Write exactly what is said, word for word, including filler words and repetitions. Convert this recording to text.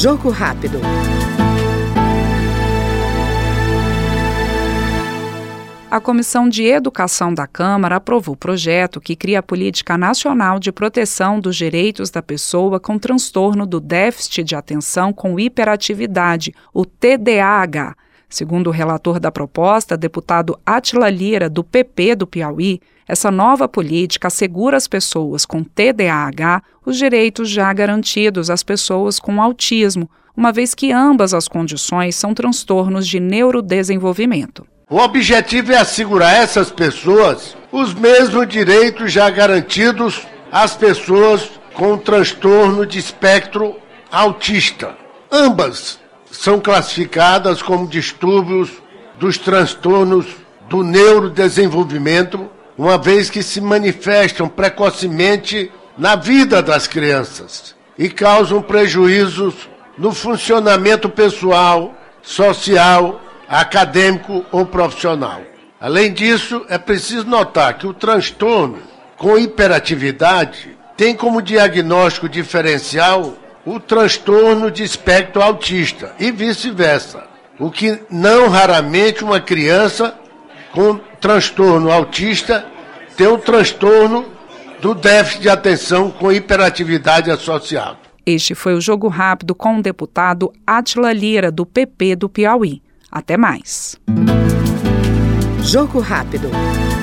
Jogo rápido. A Comissão de Educação da Câmara aprovou o projeto que cria a Política Nacional de Proteção dos Direitos da Pessoa com Transtorno do Déficit de Atenção com Hiperatividade, o T D A H. Segundo o relator da proposta, deputado Átila Lira, do P P do Piauí, essa nova política assegura às pessoas com T D A H os direitos já garantidos às pessoas com autismo, uma vez que ambas as condições são transtornos de neurodesenvolvimento. O objetivo é assegurar a essas pessoas os mesmos direitos já garantidos às pessoas com transtorno de espectro autista. Ambas são classificadas como distúrbios dos transtornos do neurodesenvolvimento, uma vez que se manifestam precocemente na vida das crianças e causam prejuízos no funcionamento pessoal, social, acadêmico ou profissional. Além disso, é preciso notar que o transtorno com hiperatividade tem como diagnóstico diferencial o transtorno de espectro autista e vice-versa, o que não raramente uma criança com transtorno autista tem o transtorno do déficit de atenção com hiperatividade associado. Este foi o Jogo Rápido com o deputado Átila Lira, do P P do Piauí. Até mais. Jogo rápido.